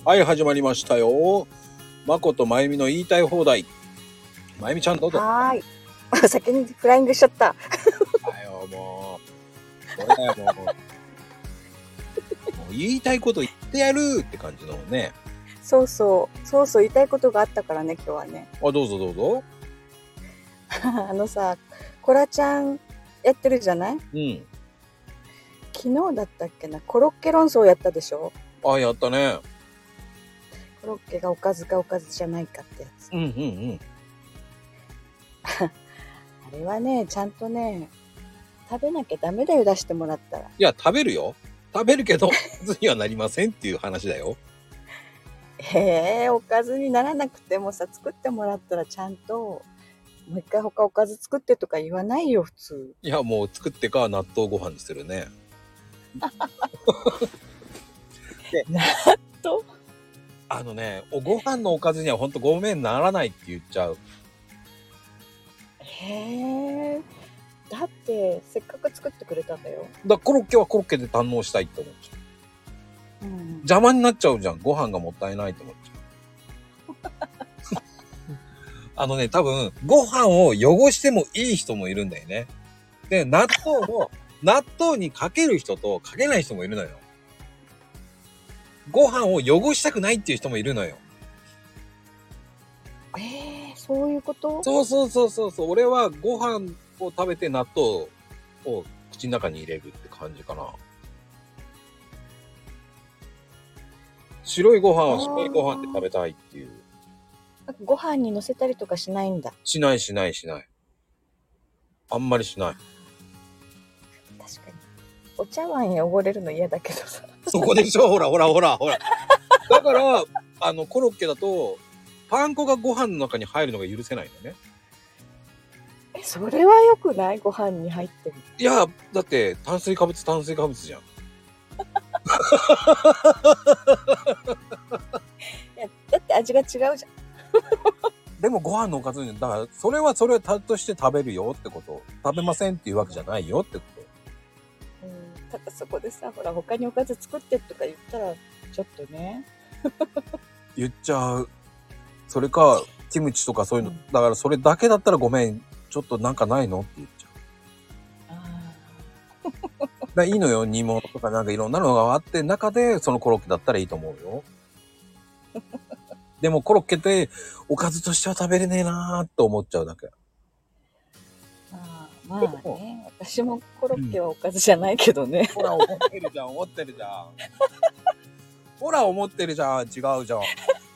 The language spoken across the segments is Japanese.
はい、始まりましたよ。まことまゆみの言いたい放題。まゆみちゃんどうぞ。 はーい。先にフライングしちゃった。 だよ、もう。これだよ、もう言いたいこと言ってやるって感じのね。 そう言いたいことがあったからね、今日はね。 あ、どうぞどうぞ。 さ、コラちゃんやってるじゃない？ うん。 昨日だったっけな、コロッケ論争やったでしょ？ あ、やったね。 コロッケがおかずかおかずじゃないかってやつ。 うんうんうん。 あれはね、ちゃんとね、食べなきゃダメだよ、出してもらったら。 いや、食べるよ。食べるけど、おかずにはなりませんっていう話だよ。 おかずにならなくてもさ、作ってもらったらちゃんと、もう一回他おかず作ってとか言わないよ、普通。 いや、もう作ってから納豆ご飯にするね。 納豆？ ご飯のおかずにはほんとごめんならないって言っちゃう。 だってせっかく作ってくれたんだよ。 コロッケはコロッケで堪能したいって思っちゃう。邪魔になっちゃうじゃん。ご飯がもったいないと思っちゃう。多分、ご飯を汚してもいい人もいるんだよね。で、納豆にかける人とかけない人もいるのよ。ご飯を汚したくないっていう人もいるのよ。 そういうこと？ そう。俺はご飯を食べて納豆を口の中に入れるって感じかな。白いご飯は白いご飯で食べたいっていう。 ご飯に乗せたりとかしないんだ。 しない。あんまりしない。 確かに。お茶碗汚れるの嫌だけどさ。 そこでしょ。ほら。だから、コロッケだと、パン粉がご飯の中に入るのが許せないのね。 それは良くない？ご飯に入ってる。 いや、だって炭水化物じゃん。 いや、だって味が違うじゃん。 でもご飯のおかずに、だからそれはとして食べるよってこと。食べませんっていうわけじゃないよってこと。 ただそこでさ、ほら他におかず作ってとか言ったらちょっとね。 言っちゃう。それかキムチとかそういうの、だからそれだけだったらごめん、ちょっとなんかないのって言っちゃう。いいのよ、煮物とかなんかいろんなのがあって中でそのコロッケだったらいいと思うよ。でもコロッケっておかずとしては食べれねえなーって思っちゃうだけ。 まあね、私もコロッケはおかずじゃないけどね。 ほら思ってるじゃん。ほら思ってるじゃん。違うじゃん。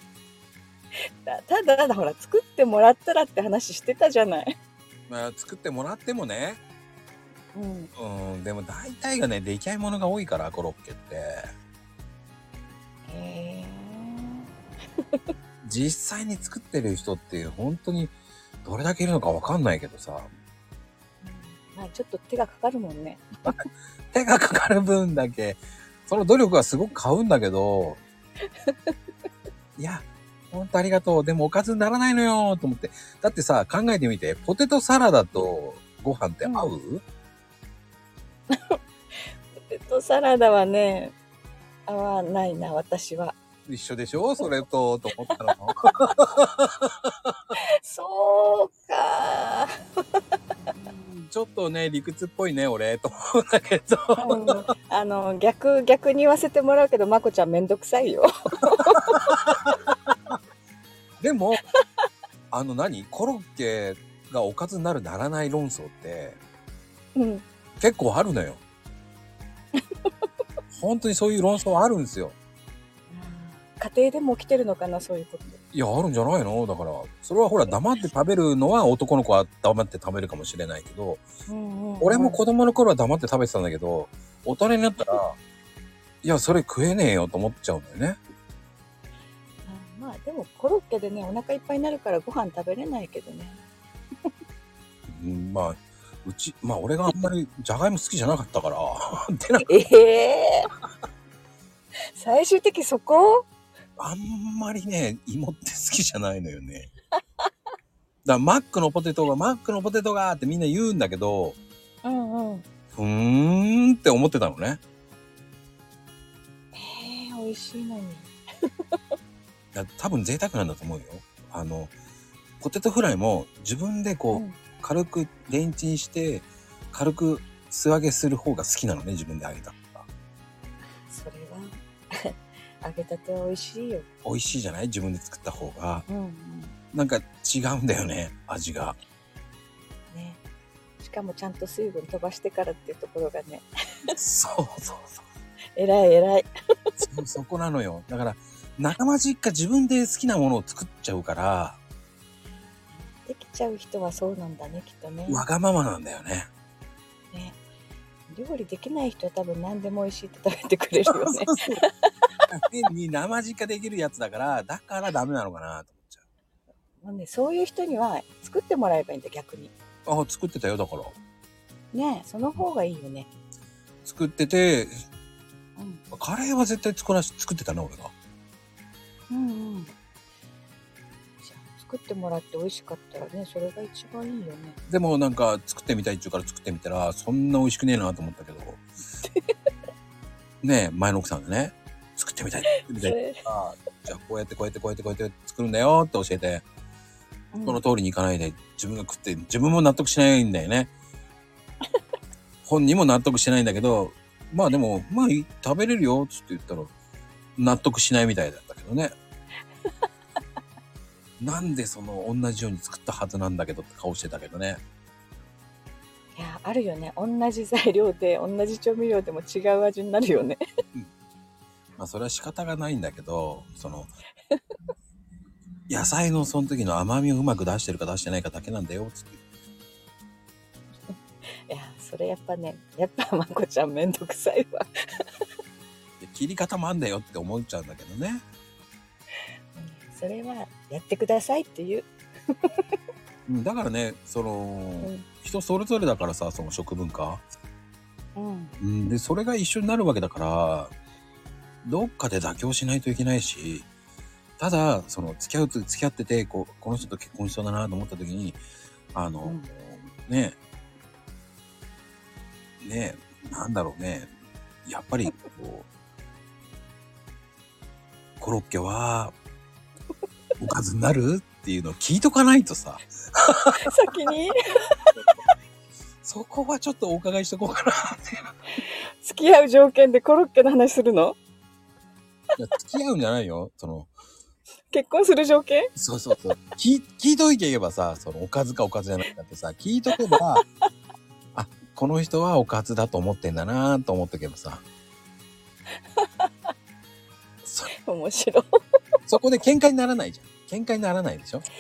ただほら作ってもらったらって話してたじゃない。 まあ作ってもらってもね。でも大体がね、出来合い物が多いからコロッケって。実際に作ってる人って本当にどれだけいるのかわかんないけどさ。 まあちょっと手がかかるもんね。 手がかかる分だけ、その努力はすごく買うんだけど、いや、ほんとありがとう。でもおかずにならないのよと思って。だってさ、考えてみて、ポテトサラダとご飯って合う？ ポテトサラダはね、合わないな、私は。 一緒でしょ？それと思ったの。 そうか。 ちょっとね、理屈っぽいね、俺、と思うんだけど。 逆に言わせてもらうけど、まこちゃんめんどくさいよ。 でも、コロッケがおかずになるならない論争って、結構あるのよ。本当にそういう論争あるんですよ。 家庭でも起きてるのかな、そういうこと。 いや、あるんじゃないの？だから、それはほら、黙って食べるのは男の子は黙って食べるかもしれないけど、俺も子供の頃は黙って食べてたんだけど、大人になったら、いや、それ食えねえよと思っちゃうんだよね。 まあ、でもコロッケでね、お腹いっぱいになるからご飯食べれないけどね。 俺があんまりじゃがいも好きじゃなかったから。 最終的そこ？ あんまりね、芋って好きじゃないのよね。だからマックのポテトがってみんな言うんだけど、ふーんって思ってたのね。 美味しいのに。 や、多分贅沢なんだと思うよ。ポテトフライも自分でこう、軽くレンチンして、軽く素揚げする方が好きなのね、自分で揚げた方が。 それは揚げたては美味しいよ。 美味しいじゃない？自分で作った方が。 うんうん。 なんか違うんだよね、味が。 ね。しかもちゃんと水分飛ばしてからっていうところがね。 そうそうそう。 偉い偉い。 そこなのよ。だから、仲間実家自分で好きなものを作っちゃうから、 できちゃう人はそうなんだね、きっとね。 わがままなんだよね。 ね。料理できない人は多分何でも美味しいって食べてくれるよね。 そうそう。変に生実家できるやつだから、だからダメなのかなと思っちゃもうね、そういう人には作ってもらえばいいんだ、逆に。 う。あ、作ってたよ、だから。 ね、その方がいいよね。 作ってて、 うん。 カレーは絶対作ってたな、俺が。 うんうん。じゃあ作ってもらって美味しかったらね、それが一番いいよね。 でもなんか作ってみたいっちゅうから作ってみたら、そんな美味しくねえなと思ったけど。ねえ、前の奥さんがね、作ってみたい。じゃあこうやって作るんだよって教えて、その通りにいかないで自分が食って自分も納得しないんだよね。本人も納得してないんだけど、まあでも、まあ食べれるよっつって言ったら納得しないみたいだったけどね。なんでその同じように作ったはずなんだけどって顔してたけどね。 いや、あるよね。同じ材料で、同じ調味料でも違う味になるよね。 まあそれは仕方がないんだけど、野菜のその時の甘みをうまく出してるか出してないかだけなんだよつって。 いや、それやっぱね、やっぱまこちゃんめんどくさいわ。 切り方もあんだよって思っちゃうんだけどね。 それはやってくださいっていう。 だからね、人それぞれだからさ、その食文化。で、それが一緒になるわけだから、どっかで妥協しないといけないし、ただ、付き合ってて、この人と結婚しそうだなと思った時に、なんだろうね。やっぱり、コロッケは、おかずになるっていうのを聞いとかないとさ。 先にそこはちょっとお伺いしとこうかなって。 付き合う条件でコロッケの話するの？ いや、付き合うんじゃないよ。 結婚する条件？ そう。聞いといて言えばさ、おかずかおかずじゃないかってさ、聞いとけば、あ、この人はおかずだと思ってんだなと思っとけばさ。 面白い。 そこで喧嘩にならないじゃん。喧嘩にならないでしょ。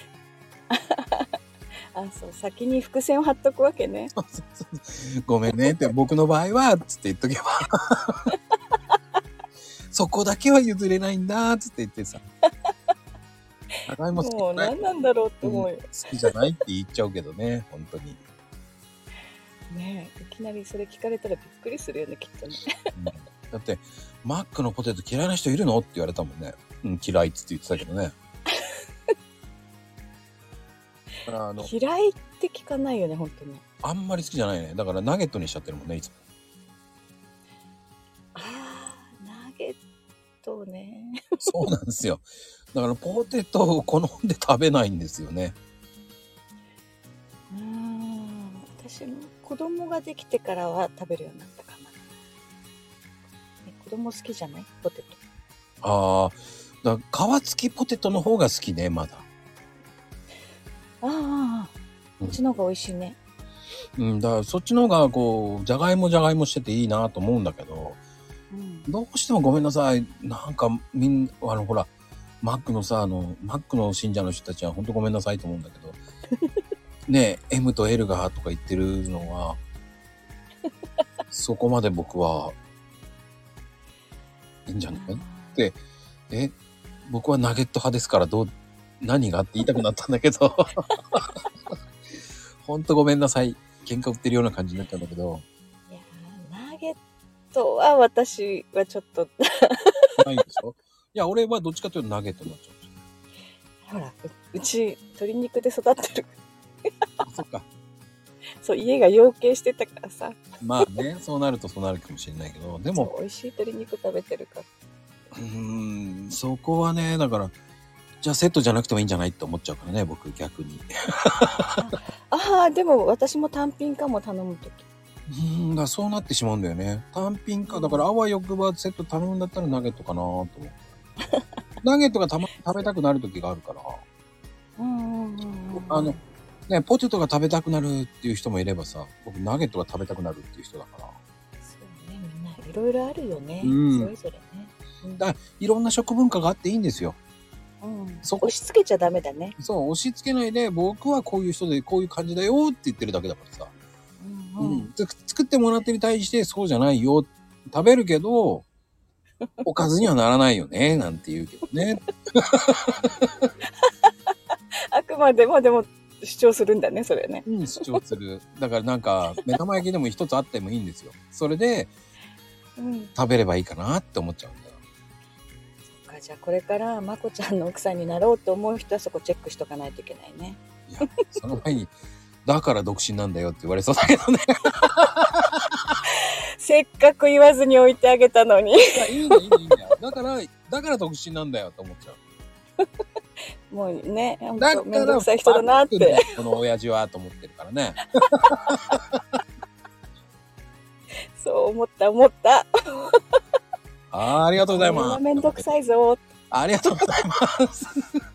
あ、そう、先に伏線を張っとくわけね。 そう。ごめんねって、僕の場合は、つって言っとけば。そこだけは譲れないんだ、つって言ってさ。互いも好きもう何なんだろうって思うよ。 好きじゃないって言っちゃうけどね、本当に。 ねえ、いきなりそれ聞かれたらびっくりするよね、きっとね。 だって、マックのポテト嫌いな人いるのって言われたもんね。嫌いっつって言ってたけどね。だから嫌いって聞かないよね、本当に。 あんまり好きじゃないね。だからナゲットにしちゃってるもんね、いつも。 ナゲットね。 そうなんですよ。だからポテトを好んで食べないんですよね。 私も子供ができてからは食べるようになったかな。子供好きじゃない？ポテト。 だから皮付きポテトの方が好きね、まだ。 こっちの方が美味しいね。 だからそっちの方がじゃがいもしてていいなと思うんだけど、どうしてもごめんなさい。なんかほら、マックの信者の人たちは本当ごめんなさいと思うんだけど、ねえ、M と L がとか言ってるのは、そこまで僕はいいんじゃないって、僕はナゲット派ですから何がって言いたくなったんだけど、ほんとごめんなさい。喧嘩売ってるような感じになったんだけど。 いやナゲットは私はちょっとないでしょ。いや、俺はどっちかというとナゲットになっちゃう。ほら、うち鶏肉で育ってる。 そっか。 そう、家が養鶏してたからさ。 まあね、そうなるとそうなるかもしれないけど、でも美味しい鶏肉食べてるから。 そこはね、だからじゃあセットじゃなくてもいいんじゃないって思っちゃうからね、僕逆に。 ああ、でも私も単品かも頼むとき。 だからそうなってしまうんだよね。単品か。だからあわよくばセット頼むんだったらナゲットかなと思う。ナゲットが食べたくなる時があるから。ね、ポテトが食べたくなるっていう人もいればさ、僕ナゲットが食べたくなるっていう人だから。 そうね、みんないろいろあるよね。それぞれね。 だからいろんな食文化があっていいんですよ。 押し付けちゃダメだね。 そう、押し付けないで、僕はこういう人でこういう感じだよって言ってるだけだからさ。作ってもらってに対してそうじゃないよ。食べるけど、おかずにはならないよね、なんて言うけどね。 あくまでもでも主張するんだね、それね。 主張する。だからなんか、目玉焼きでも一つあってもいいんですよ。それで、食べればいいかなって思っちゃうんだよ。 そっか、じゃあこれからまこちゃんの奥さんになろうと思う人はそこチェックしとかないといけないね。 いや、その前に、だから独身なんだよって言われそうだけどね。 せっかく言わずに置いてあげたのに。 いいんだよ。だから独身なんだよって思っちゃう。もうね、 だからめんどくさい人だなって。 この親父はと思ってるからね。 そう思った。 ありがとうございます。 めんどくさいぞ。 ありがとうございます。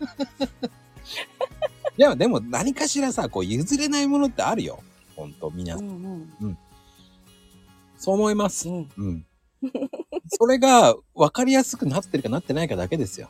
いや、でも何かしらさ、こう譲れないものってあるよ。ほんと、皆さん。そう思います。それが分かりやすくなってるかなってないかだけですよ。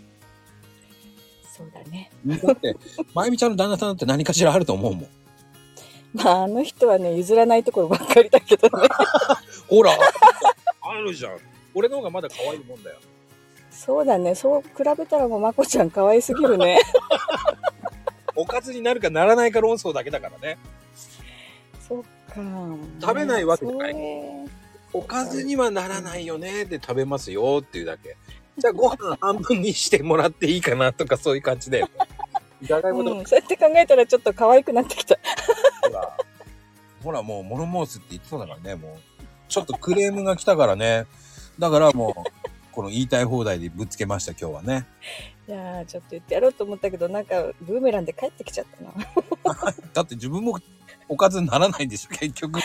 そうだね。 だって、まゆみちゃんの旦那さんだって何かしらあると思うもん。 まあ、あの人はね、譲らないところばっかりだけどね。 ほら、あるじゃん。俺の方がまだ可愛いもんだよ。 そうだね。そう比べたらもうまこちゃん可愛すぎるね。 おかずになるかならないか論争だけだからね。 そっか。 食べないわけじゃない。おかずにはならないよねで食べますよっていうだけ。じゃあご飯半分にしてもらっていいかなとかそういう感じで。 そうやって考えたらちょっと可愛くなってきた。 ほらもうモノ申すって言ってたんだからね、もう。ちょっとクレームが来たからね。だからもう、この言いたい放題でぶつけました、今日はね。 いやー、ちょっと言ってやろうと思ったけど、なんかブーメランで帰ってきちゃったな。 だって自分もおかずにならないんでしょ、結局。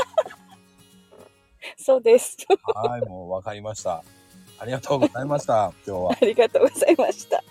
そうです。 はい、もうわかりました。ありがとうございました、今日は。 ありがとうございました。